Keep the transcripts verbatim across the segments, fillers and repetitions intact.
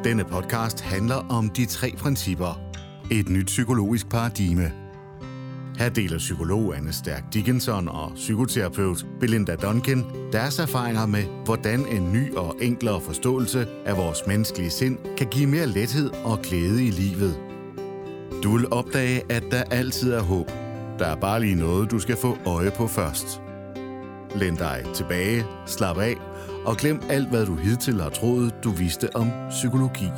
Denne podcast handler om de tre principper. Et nyt psykologisk paradigme. Her deler psykolog Anne Stærk Dickinson og psykoterapeut Belinda Duncan deres erfaringer med, hvordan en ny og enklere forståelse af vores menneskelige sind kan give mere lethed og glæde i livet. Du vil opdage, at der altid er håb. Der er bare lige noget, du skal få øje på først. Læn dig tilbage, slap af og glem alt, hvad du hidtil har troet, du vidste om psykologi.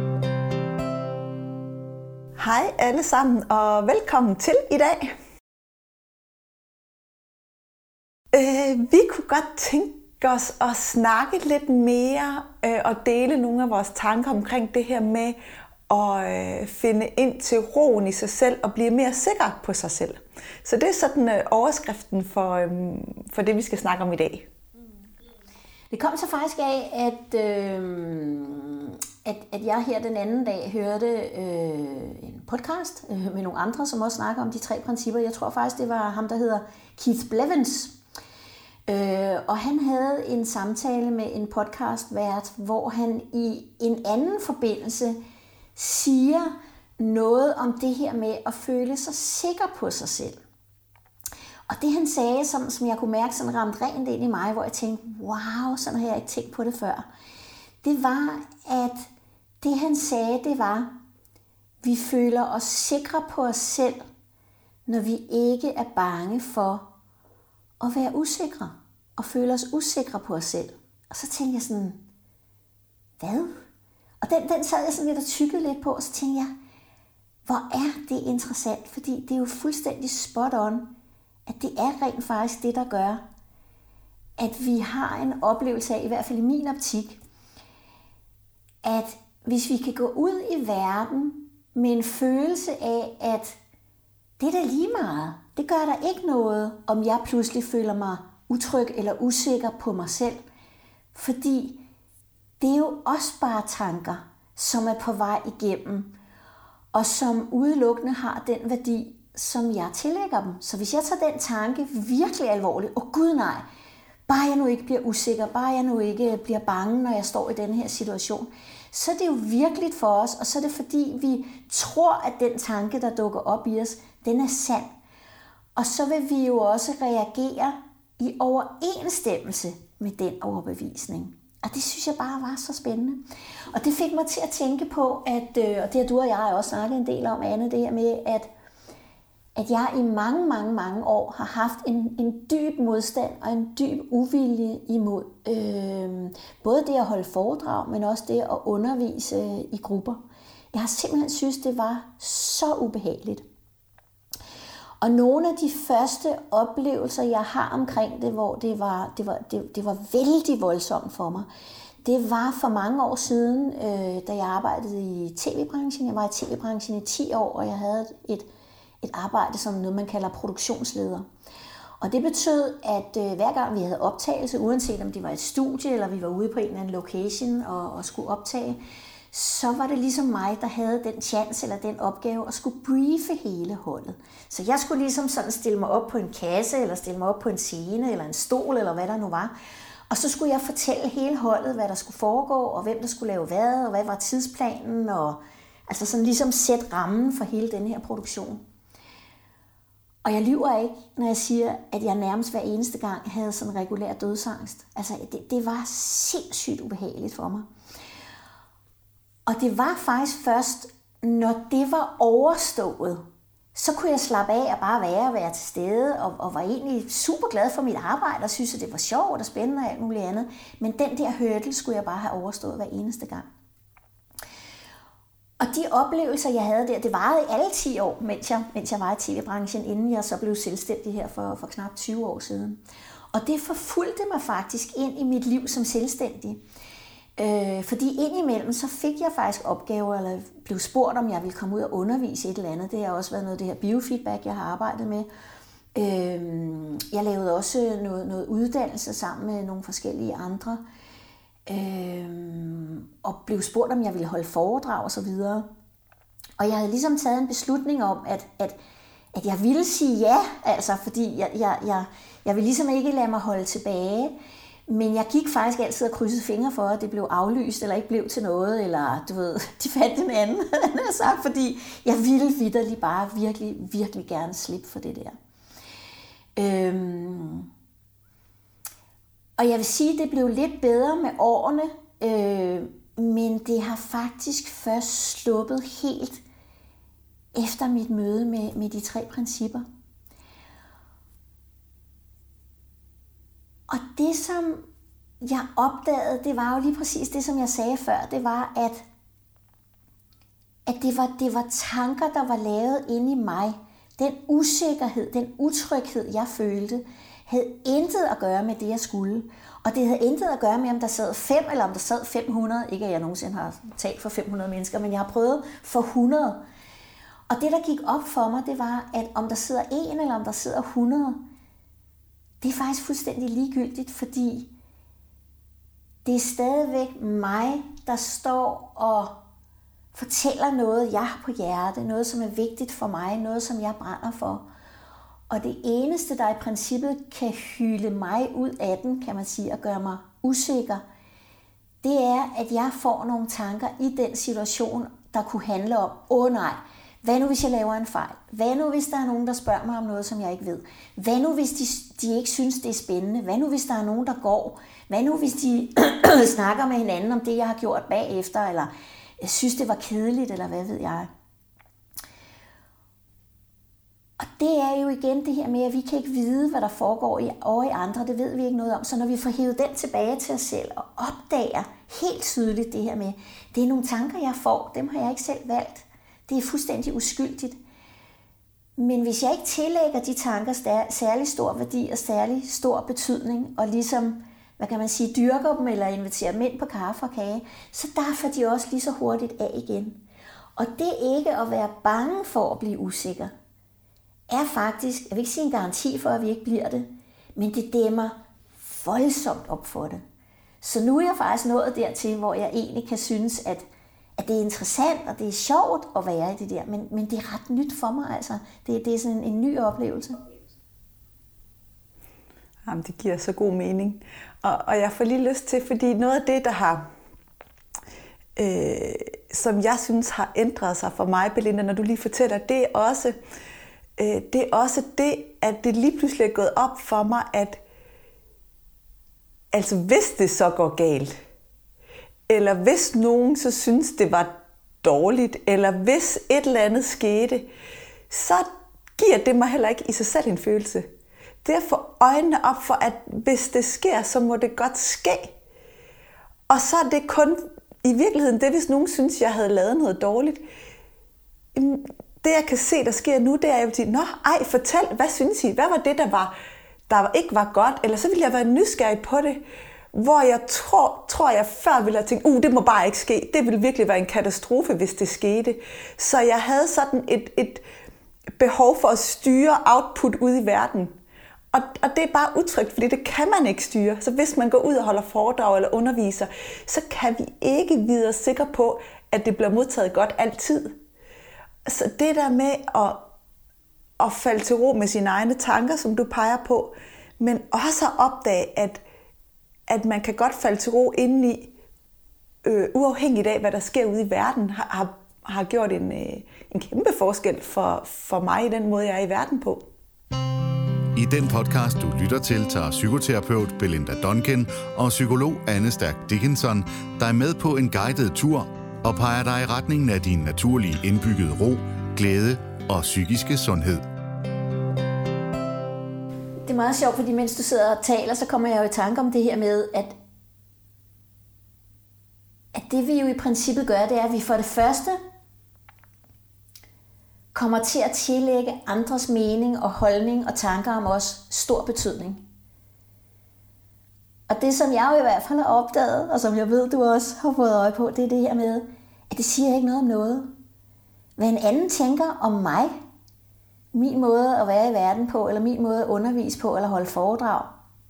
Hej alle sammen, og velkommen til i dag. Øh, vi kunne godt tænke os at snakke lidt mere øh, og dele nogle af vores tanker omkring det her med at øh, finde ind til roen i sig selv og blive mere sikker på sig selv. Så det er sådan øh, overskriften for, øh, for det, vi skal snakke om i dag. Det kom så faktisk af, at, øh, at, at jeg her den anden dag hørte øh, en podcast øh, med nogle andre, som også snakker om de tre principper. Jeg tror faktisk, det var ham, der hedder Keith Blevins. Øh, og han havde en samtale med en podcastvært, hvor han i en anden forbindelse siger noget om det her med at føle sig sikker på sig selv. Og det han sagde, som, som jeg kunne mærke, sådan ramte rent ind i mig, hvor jeg tænkte, wow, sådan har jeg ikke tænkt på det før. Det var, at det han sagde, det var, vi føler os sikre på os selv, når vi ikke er bange for at være usikre, og føle os usikre på os selv. Og så tænkte jeg sådan, hvad? Og den, den sad jeg sådan lidt og tykkede lidt på, og så tænkte jeg, hvor er det interessant, fordi det er jo fuldstændig spot on, at det er rent faktisk det, der gør, at vi har en oplevelse af, i hvert fald i min optik, at hvis vi kan gå ud i verden med en følelse af, at det er da lige meget, det gør der ikke noget, om jeg pludselig føler mig utryg eller usikker på mig selv, fordi det er jo også bare tanker, som er på vej igennem, og som udelukkende har den værdi, som jeg tillægger dem. Så hvis jeg tager den tanke virkelig alvorligt, åh oh, gud nej, bare jeg nu ikke bliver usikker, bare jeg nu ikke bliver bange, når jeg står i den her situation, så er det jo virkeligt for os, og så er det fordi, vi tror, at den tanke, der dukker op i os, den er sand. Og så vil vi jo også reagere i overensstemmelse med den overbevisning. Og det synes jeg bare var så spændende. Og det fik mig til at tænke på, at, og det har du og jeg også snakket en del om, Anne, det her med, at at jeg i mange, mange, mange år har haft en, en dyb modstand og en dyb uvilje imod øh, både det at holde foredrag, men også det at undervise i grupper. Jeg har simpelthen synes, det var så ubehageligt. Og nogle af de første oplevelser, jeg har omkring det, hvor det var, det var, det, det var vældig voldsomt for mig, det var for mange år siden, øh, da jeg arbejdede i tv-branchen. Jeg var i tv-branchen i ti år, og jeg havde et et arbejde som noget, man kalder produktionsleder. Og det betød, at øh, hver gang vi havde optagelse, uanset om det var et studie, eller vi var ude på en eller anden location og, og skulle optage, så var det ligesom mig, der havde den chance eller den opgave at skulle briefe hele holdet. Så jeg skulle ligesom sådan stille mig op på en kasse, eller stille mig op på en scene, eller en stol, eller hvad der nu var. Og så skulle jeg fortælle hele holdet, hvad der skulle foregå, og hvem der skulle lave hvad, og hvad var tidsplanen, og altså sådan ligesom sætte rammen for hele den her produktion. Og jeg lyver ikke, når jeg siger, at jeg nærmest hver eneste gang havde sådan regulær dødsangst. Altså, det, det var sindssygt ubehageligt for mig. Og det var faktisk først, når det var overstået, så kunne jeg slappe af og bare være og være til stede, og, og var egentlig super glad for mit arbejde, og synes, at det var sjovt og spændende og alt muligt andet. Men den der hurdle skulle jeg bare have overstået hver eneste gang. Og de oplevelser, jeg havde der, det varede i alle ti år, mens jeg, mens jeg var i tv-branchen, inden jeg så blev selvstændig her for, for knap tyve år siden. Og det forfulgte mig faktisk ind i mit liv som selvstændig. Øh, fordi indimellem så fik jeg faktisk opgaver, eller blev spurgt, om jeg ville komme ud og undervise et eller andet. Det har også været noget af det her biofeedback, jeg har arbejdet med. Øh, jeg lavede også noget, noget uddannelse sammen med nogle forskellige andre. Øhm, og blev spurgt, om jeg ville holde foredrag og så videre. Og jeg havde ligesom taget en beslutning om, at, at, at jeg ville sige ja, altså fordi jeg, jeg, jeg, jeg ville ligesom ikke lade mig holde tilbage. Men jeg gik faktisk altid og krydsede fingre for, at det blev aflyst, eller ikke blev til noget, eller du ved, de fandt en anden, sagt, fordi jeg ville vitterligt bare virkelig, virkelig gerne slippe for det der. Øhm Og jeg vil sige, at det blev lidt bedre med årene, øh, men det har faktisk først sluppet helt efter mit møde med, med de tre principper. Og det, som jeg opdagede, det var jo lige præcis det, som jeg sagde før, det var, at, at det, var, det var tanker, der var lavet inde i mig. Den usikkerhed, den utryghed, jeg følte, havde intet at gøre med det, jeg skulle. Og det havde intet at gøre med, om der sad fem, eller om der sad fem hundrede. Ikke at jeg nogensinde har talt for fem hundrede mennesker, men jeg har prøvet for hundrede. Og det, der gik op for mig, det var, at om der sidder en, eller om der sidder hundrede, det er faktisk fuldstændig ligegyldigt, fordi det er stadigvæk mig, der står og fortæller noget, jeg har på hjerte, noget, som er vigtigt for mig, noget, som jeg brænder for. Og det eneste, der i princippet kan hyle mig ud af den, kan man sige, og gøre mig usikker, det er, at jeg får nogle tanker i den situation, der kunne handle om, åh nej, hvad nu hvis jeg laver en fejl? Hvad nu hvis der er nogen, der spørger mig om noget, som jeg ikke ved? Hvad nu hvis de, de ikke synes, det er spændende? Hvad nu hvis der er nogen, der går? Hvad nu hvis de snakker med hinanden om det, jeg har gjort bagefter, eller jeg synes, det var kedeligt, eller hvad ved jeg? Og det er jo igen det her med, at vi kan ikke vide, hvad der foregår i, over i andre. Det ved vi ikke noget om. Så når vi får hævet den tilbage til os selv og opdager helt tydeligt det her med, det er nogle tanker, jeg får, dem har jeg ikke selv valgt. Det er fuldstændig uskyldigt. Men hvis jeg ikke tillægger de tanker særlig stor værdi og særlig stor betydning, og ligesom, hvad kan man sige, dyrker dem eller inviterer dem ind på kaffe og kage, så derfor de også lige så hurtigt af igen. Og det ikke at være bange for at blive usikker, er faktisk, jeg vil ikke sige en garanti for, at vi ikke bliver det, men det dæmmer voldsomt op for det. Så nu er jeg faktisk nået dertil, hvor jeg egentlig kan synes, at, at det er interessant, og det er sjovt at være i det der, men, men det er ret nyt for mig, altså. Det, det er sådan en, en ny oplevelse. Jamen, det giver så god mening. Og, og jeg får lige lyst til, fordi noget af det, der har, øh, som jeg synes har ændret sig for mig, Belinda, når du lige fortæller, det er også, øh, det er også det, at det lige pludselig er gået op for mig, at altså hvis det så går galt, eller hvis nogen så synes, det var dårligt, eller hvis et eller andet skete, så giver det mig heller ikke i sig selv en følelse. Det er at få øjnene op for, at hvis det sker, så må det godt ske. Og så er det kun i virkeligheden det, hvis nogen synes, jeg havde lavet noget dårligt. Det jeg kan se, der sker nu, det er jo at sige, nå, ej, fortæl, hvad synes I? Hvad var det, der, var, der ikke var godt? Eller så ville jeg være nysgerrig på det, hvor jeg tror, tror jeg før ville have tænkt, uh, det må bare ikke ske. Det ville virkelig være en katastrofe, hvis det skete. Så jeg havde sådan et, et behov for at styre output ude i verden. Og, og det er bare utrygt, fordi det kan man ikke styre. Så hvis man går ud og holder foredrag eller underviser, så kan vi ikke vide os sikre på, at det bliver modtaget godt altid. Så det der med at, at falde til ro med sine egne tanker, som du peger på, men også at opdage, at, at man kan godt falde til ro indeni, øh, uafhængigt af, hvad der sker ude i verden, har, har, har gjort en, øh, en kæmpe forskel for, for mig i den måde, jeg er i verden på. I den podcast, du lytter til, tager psykoterapeut Belinda Duncan og psykolog Anne Stærk Dickinson dig med på en guided tur og peger dig i retningen af din naturlige indbyggede ro, glæde og psykiske sundhed. Det er meget sjovt, fordi mens du sidder og taler, så kommer jeg jo i tanke om det her med, at, at det vi jo i princippet gør, det er, at vi for det første kommer til at tillægge andres mening og holdning og tanker om os stor betydning. Og det, som jeg jo i hvert fald har opdaget, og som jeg ved, du også har fået øje på, det er det her med, at det siger ikke noget om noget. Hvad en anden tænker om mig, min måde at være i verden på, eller min måde at undervise på, eller holde foredrag,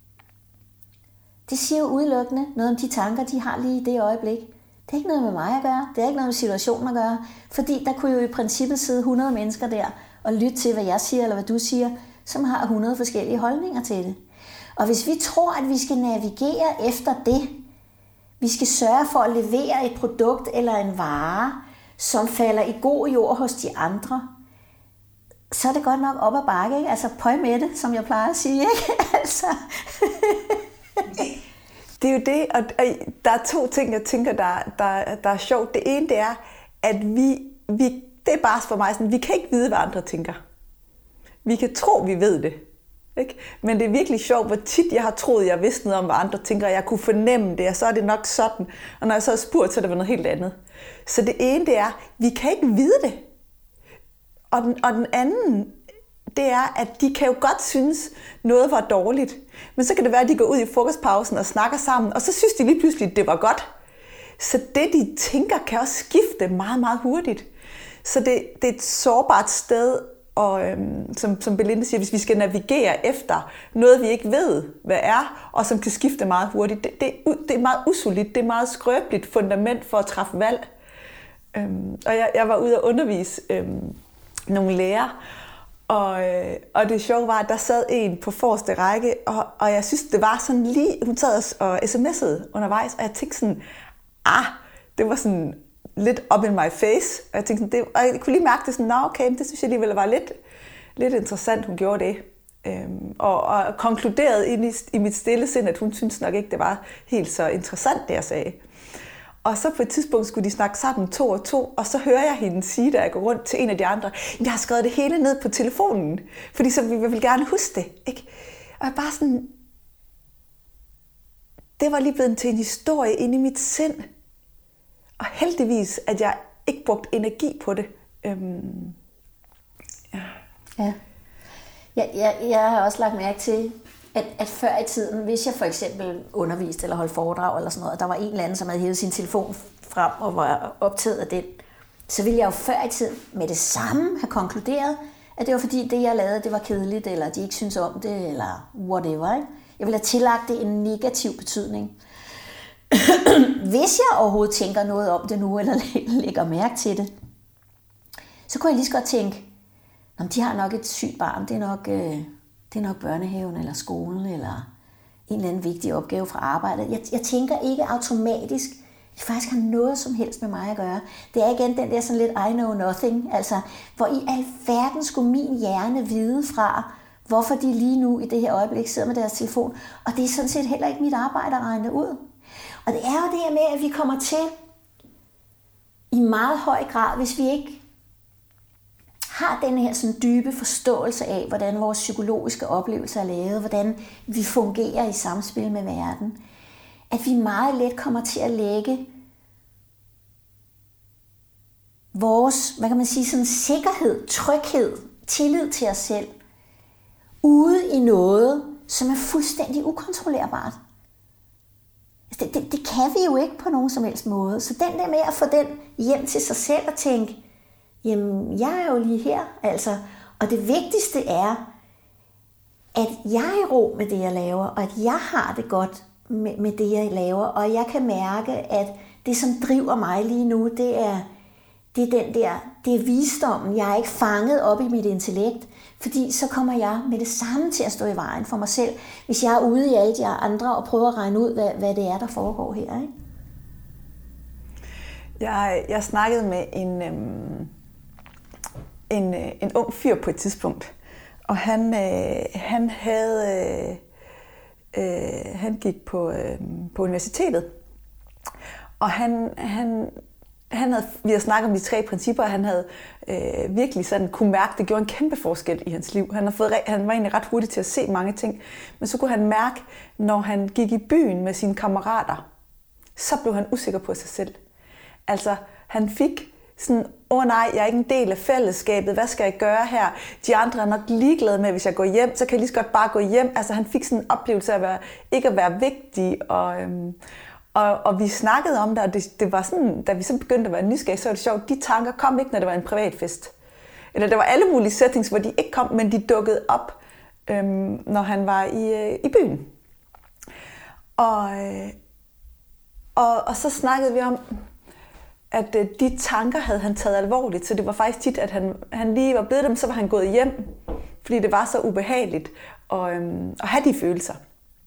det siger jo udelukkende noget om de tanker, de har lige i det øjeblik. Det er ikke noget med mig at gøre, det er ikke noget med situationen at gøre, fordi der kunne jo i princippet sidde hundrede mennesker der og lytte til, hvad jeg siger, eller hvad du siger, som har hundrede forskellige holdninger til det. Og hvis vi tror, at vi skal navigere efter det, vi skal sørge for at levere et produkt eller en vare, som falder i god jord hos de andre, så er det godt nok op ad bakke, ikke? Altså pøj med det, som jeg plejer at sige, ikke? Altså. Det er jo det, og der er to ting, jeg tænker, der, der, der er sjovt. Det ene, det er, at vi, vi, det er bare for mig sådan, vi kan ikke vide, hvad andre tænker. Vi kan tro, vi ved det. Ikke? Men det er virkelig sjovt, hvor tit jeg har troet, jeg vidste noget om, hvad andre tænker, og jeg kunne fornemme det, og så er det nok sådan. Og når jeg så har spurgt, så er det noget helt andet. Så det ene, det er, vi kan ikke vide det. Og den, og den anden, det er, at de kan jo godt synes, noget var dårligt. Men så kan det være, at de går ud i frokostpausen og snakker sammen, og så synes de lige pludselig, at det var godt. Så det, de tænker, kan også skifte meget, meget hurtigt. Så det, det er et sårbart sted, og øhm, som, som Belinda siger, hvis vi skal navigere efter noget, vi ikke ved, hvad er, og som kan skifte meget hurtigt, det, det, det er meget usolidt, det er meget skrøbeligt fundament for at træffe valg. Øhm, og jeg, jeg var ude at undervise øhm, nogle lærere, og, øh, og det sjove var, at der sad en på forreste række, og, og jeg synes, det var sådan lige, hun sad og sms'ede undervejs, og jeg tænkte sådan, ah, det var sådan lidt up in my face, og jeg tænkte sådan, det, og jeg kunne lige mærke det sådan, nå okay, det synes jeg alligevel var lidt, lidt interessant, hun gjorde det. Øhm, og, og konkluderede ind i, i mit stille sind, at hun synes nok ikke, det var helt så interessant, det jeg sagde. Og så på et tidspunkt skulle de snakke sammen to og to, og så hører jeg hende sige, da jeg går rundt til en af de andre, jeg har skrevet det hele ned på telefonen, fordi så vil jeg gerne huske det. Ikke? Og jeg bare sådan, det var lige blevet til en historie inde i mit sind. Og heldigvis, at jeg ikke brugte energi på det. Øhm, ja. Ja. Jeg, jeg, jeg har også lagt mærke til, at, at før i tiden, hvis jeg for eksempel underviste eller holdt foredrag eller sådan noget, og der var en eller anden, som havde hævet sin telefon frem og var optaget af den, så ville jeg jo før i tiden med det samme have konkluderet, at det var fordi det, jeg lavede, det var kedeligt, eller de ikke synes om det, eller whatever. Ikke? Jeg ville have tillagt det en negativ betydning. Hvis jeg overhovedet tænker noget om det nu, eller lægger mærke til det, så kunne jeg lige så godt tænke, de har nok et sygt barn, det er nok, øh, det er nok børnehaven, eller skolen, eller en eller anden vigtig opgave fra arbejdet. Jeg, jeg tænker ikke automatisk, at det faktisk har noget som helst med mig at gøre. Det er igen den der sådan lidt I know nothing, altså hvor i alverden skulle min hjerne vide fra, hvorfor de lige nu i det her øjeblik sidder med deres telefon, og det er sådan set heller ikke mit arbejde at regne ud. Og det er jo det her med, at vi kommer til i meget høj grad, hvis vi ikke har den her sådan dybe forståelse af, hvordan vores psykologiske oplevelser er lavet, hvordan vi fungerer i samspil med verden, at vi meget let kommer til at lægge vores, hvad kan man sige, sådan sikkerhed, tryghed, tillid til os selv, ude i noget, som er fuldstændig ukontrollerbart. Det, det, det kan vi jo ikke på nogen som helst måde. Så den der med at få den hjem til sig selv og tænke, jamen, jeg er jo lige her, altså. Og det vigtigste er, at jeg er i ro med det, jeg laver, og at jeg har det godt med, med det, jeg laver, og jeg kan mærke, at det, som driver mig lige nu, det er, det er den der, det er visdommen. Jeg er ikke fanget op i mit intellekt, fordi så kommer jeg med det samme til at stå i vejen for mig selv, hvis jeg er ude i alle de andre og prøver at regne ud, hvad, hvad det er, der foregår her. Ikke? Jeg, jeg snakkede med en, øhm, en, en ung fyr på et tidspunkt, og han, øh, han havde, øh, øh, han gik på, øh, på universitetet, og han, han, han havde, vi havde snakket om de tre principper, og han havde øh, virkelig sådan kunne mærke, at det gjorde en kæmpe forskel i hans liv. Han, havde fået, han var egentlig ret hurtig til at se mange ting, men så kunne han mærke, når han gik i byen med sine kammerater, så blev han usikker på sig selv. Altså, han fik sådan, åh nej, jeg er ikke en del af fællesskabet, hvad skal jeg gøre her? De andre er nok ligeglade med, hvis jeg går hjem, så kan jeg lige så godt bare gå hjem. Altså, han fik sådan en oplevelse af at være, ikke at være vigtig, og, øhm, og, og vi snakkede om det, og det, det var sådan, da vi så begyndte at være nysgerrige, så var det sjovt, de tanker kom ikke, når det var en privat fest. Eller der var alle mulige settings, hvor de ikke kom, men de dukkede op, øhm, når han var i, øh, i byen. Og, øh, og, og så snakkede vi om, at de tanker havde han taget alvorligt, så det var faktisk tit, at han, han lige var blevet dem, så var han gået hjem, fordi det var så ubehageligt at, øhm, at have de følelser.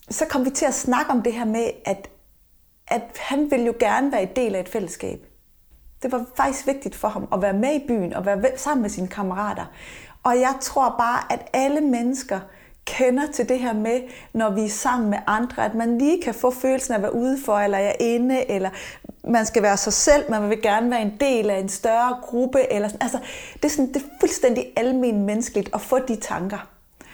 så kom vi til at snakke om det her med, at, at han ville jo gerne være en del af et fællesskab. Det var faktisk vigtigt for ham at være med i byen og være sammen med sine kammerater. Og jeg tror bare, at alle mennesker kender til det her med, når vi er sammen med andre, at man lige kan få følelsen af at være udenfor, eller er inde, eller man skal være sig selv, man vil gerne være en del af en større gruppe. Eller sådan. Altså, det, er sådan, det er fuldstændig almen menneskeligt at få de tanker.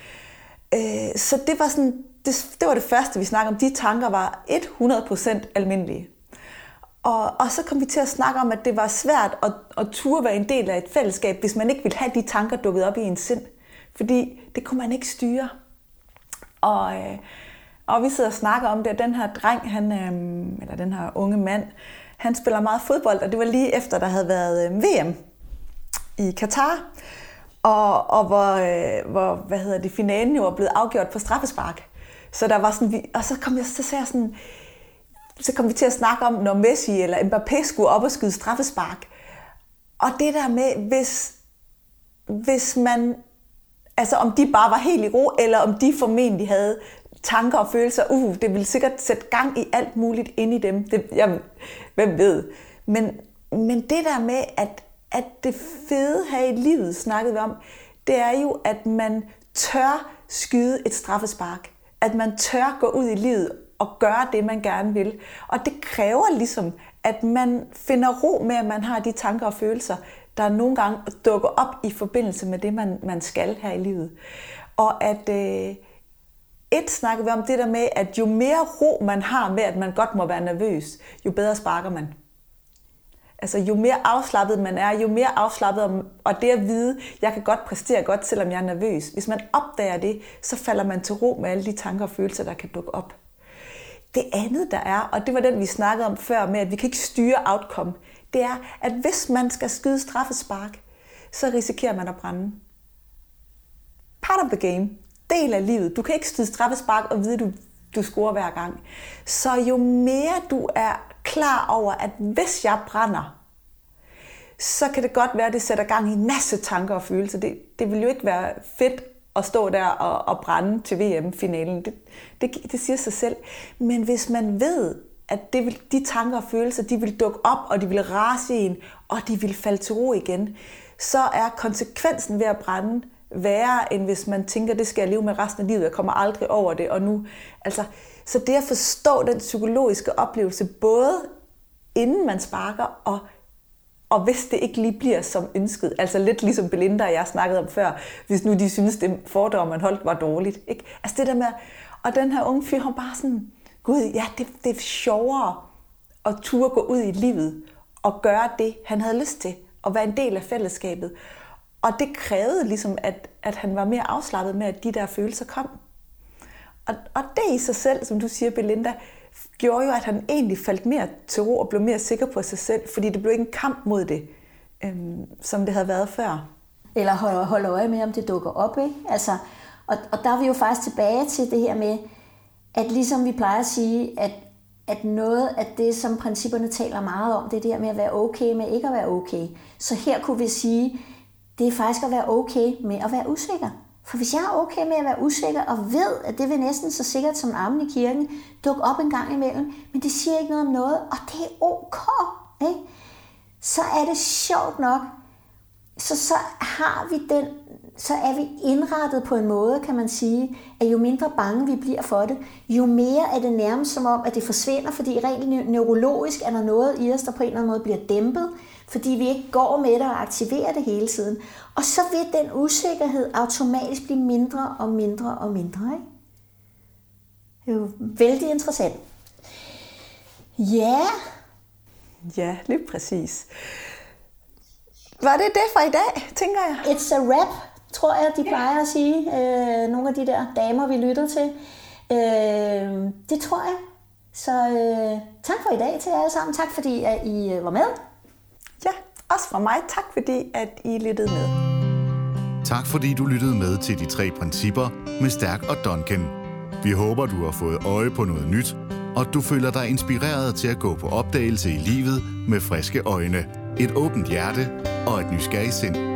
Øh, så det var, sådan, det, det var det første, vi snakkede om. De tanker var hundrede procent almindelige. Og, og så kom vi til at snakke om, at det var svært at, at turde være en del af et fællesskab, hvis man ikke ville have de tanker dukket op i ens sind. Fordi det kunne man ikke styre. Og, øh, og vi sidder og snakker om det, at den her dreng, han, øh, eller den her unge mand, han spiller meget fodbold, og det var lige efter, der havde været øh, V M i Katar, og, og hvor, øh, hvor hvad hedder det, finalen jo var blevet afgjort på straffespark. Så der var sådan, vi, og så kom jeg så sagde jeg sådan, så kom vi til at snakke om, når Messi eller Mbappé skulle op og skyde straffespark. Og det der med, hvis, hvis man, altså om de bare var helt i ro, eller om de formentlig havde tanker og følelser, uh, det ville sikkert sætte gang i alt muligt inde i dem. Det, jeg, hvem ved. Men, men det der med, at, at det fede her i livet, snakkede vi om, det er jo, at man tør skyde et straffespark. At man tør gå ud i livet og gøre det, man gerne vil. Og det kræver ligesom, at man finder ro med, at man har de tanker og følelser, der nogle gange dukker op i forbindelse med det, man, man skal her i livet. Og at øh, et snakker vi om det der med, at jo mere ro man har med, at man godt må være nervøs, jo bedre sparker man. Altså jo mere afslappet man er, jo mere afslappet, og det at vide, jeg kan godt præstere godt, selvom jeg er nervøs. Hvis man opdager det, så falder man til ro med alle de tanker og følelser, der kan dukke op. Det andet, der er, og det var den, vi snakkede om før med, at vi kan ikke styre outcome, det er, at hvis man skal skyde straffespark, så risikerer man at brænde. Part of the game. Del af livet. Du kan ikke skyde straffespark og vide, at du, du scorer hver gang. Så jo mere du er klar over, at hvis jeg brænder, så kan det godt være, at det sætter gang i en masse tanker og følelser. Det, det vil jo ikke være fedt at stå der og, og brænde til V M-finalen. Det, det, det siger sig selv. Men hvis man ved, at det vil, de tanker og følelser, de vil dukke op, og de vil rase i en, og de vil falde til ro igen, så er konsekvensen ved at brænde værre, end hvis man tænker, det skal jeg leve med resten af livet, jeg kommer aldrig over det, og nu, altså, så det at forstå den psykologiske oplevelse, både inden man sparker, og, og hvis det ikke lige bliver som ønsket, altså lidt ligesom Belinda og jeg snakkede om før, hvis nu de synes, det foredrag, man holdt, var dårligt, ikke? Altså det der med, og den her unge fyr, han bare sådan, gud, ja, det, det er sjovere at turde gå ud i livet, og gøre det, han havde lyst til, og være en del af fællesskabet. Og det krævede ligesom, at, at han var mere afslappet med, at de der følelser kom. Og, og det i sig selv, som du siger, Belinda, gjorde jo, at han egentlig faldt mere til ro og blev mere sikker på sig selv, fordi det blev ikke en kamp mod det, øhm, som det havde været før. Eller holde, holde øje med, om det dukker op, ikke? Altså, og, og der er vi jo faktisk tilbage til det her med, at ligesom vi plejer at sige, at, at noget af det, som principperne taler meget om, det er det her med at være okay med ikke at være okay. Så her kunne vi sige, det er faktisk at være okay med at være usikker. For hvis jeg er okay med at være usikker, og ved, at det vil næsten så sikkert som armen i kirken, dukke op en gang imellem, men det siger ikke noget om noget, og det er ok, ikke? Så er det sjovt nok, så, så har vi den, så er vi indrettet på en måde, kan man sige, at jo mindre bange vi bliver for det, jo mere er det nærmest som om, at det forsvinder, fordi rent neurologisk er der noget i os, der på en eller anden måde bliver dæmpet, fordi vi ikke går med det og aktiverer det hele tiden. Og så vil den usikkerhed automatisk blive mindre og mindre og mindre, ikke? Det er jo vældig interessant. Ja. Ja, lige præcis. Var det det for i dag, tænker jeg? It's a wrap, tror jeg, de plejer at sige. Øh, nogle af de der damer, vi lytter til. Øh, det tror jeg. Så øh, tak for i dag til jer alle sammen. Tak fordi at I var med. Ja, også fra mig. Tak fordi at I lyttede med. Tak fordi du lyttede med til De Tre Principper med Stærk og Duncan. Vi håber, du har fået øje på noget nyt, og du føler dig inspireret til at gå på opdagelse i livet med friske øjne, et åbent hjerte og et nysgerrigt sind.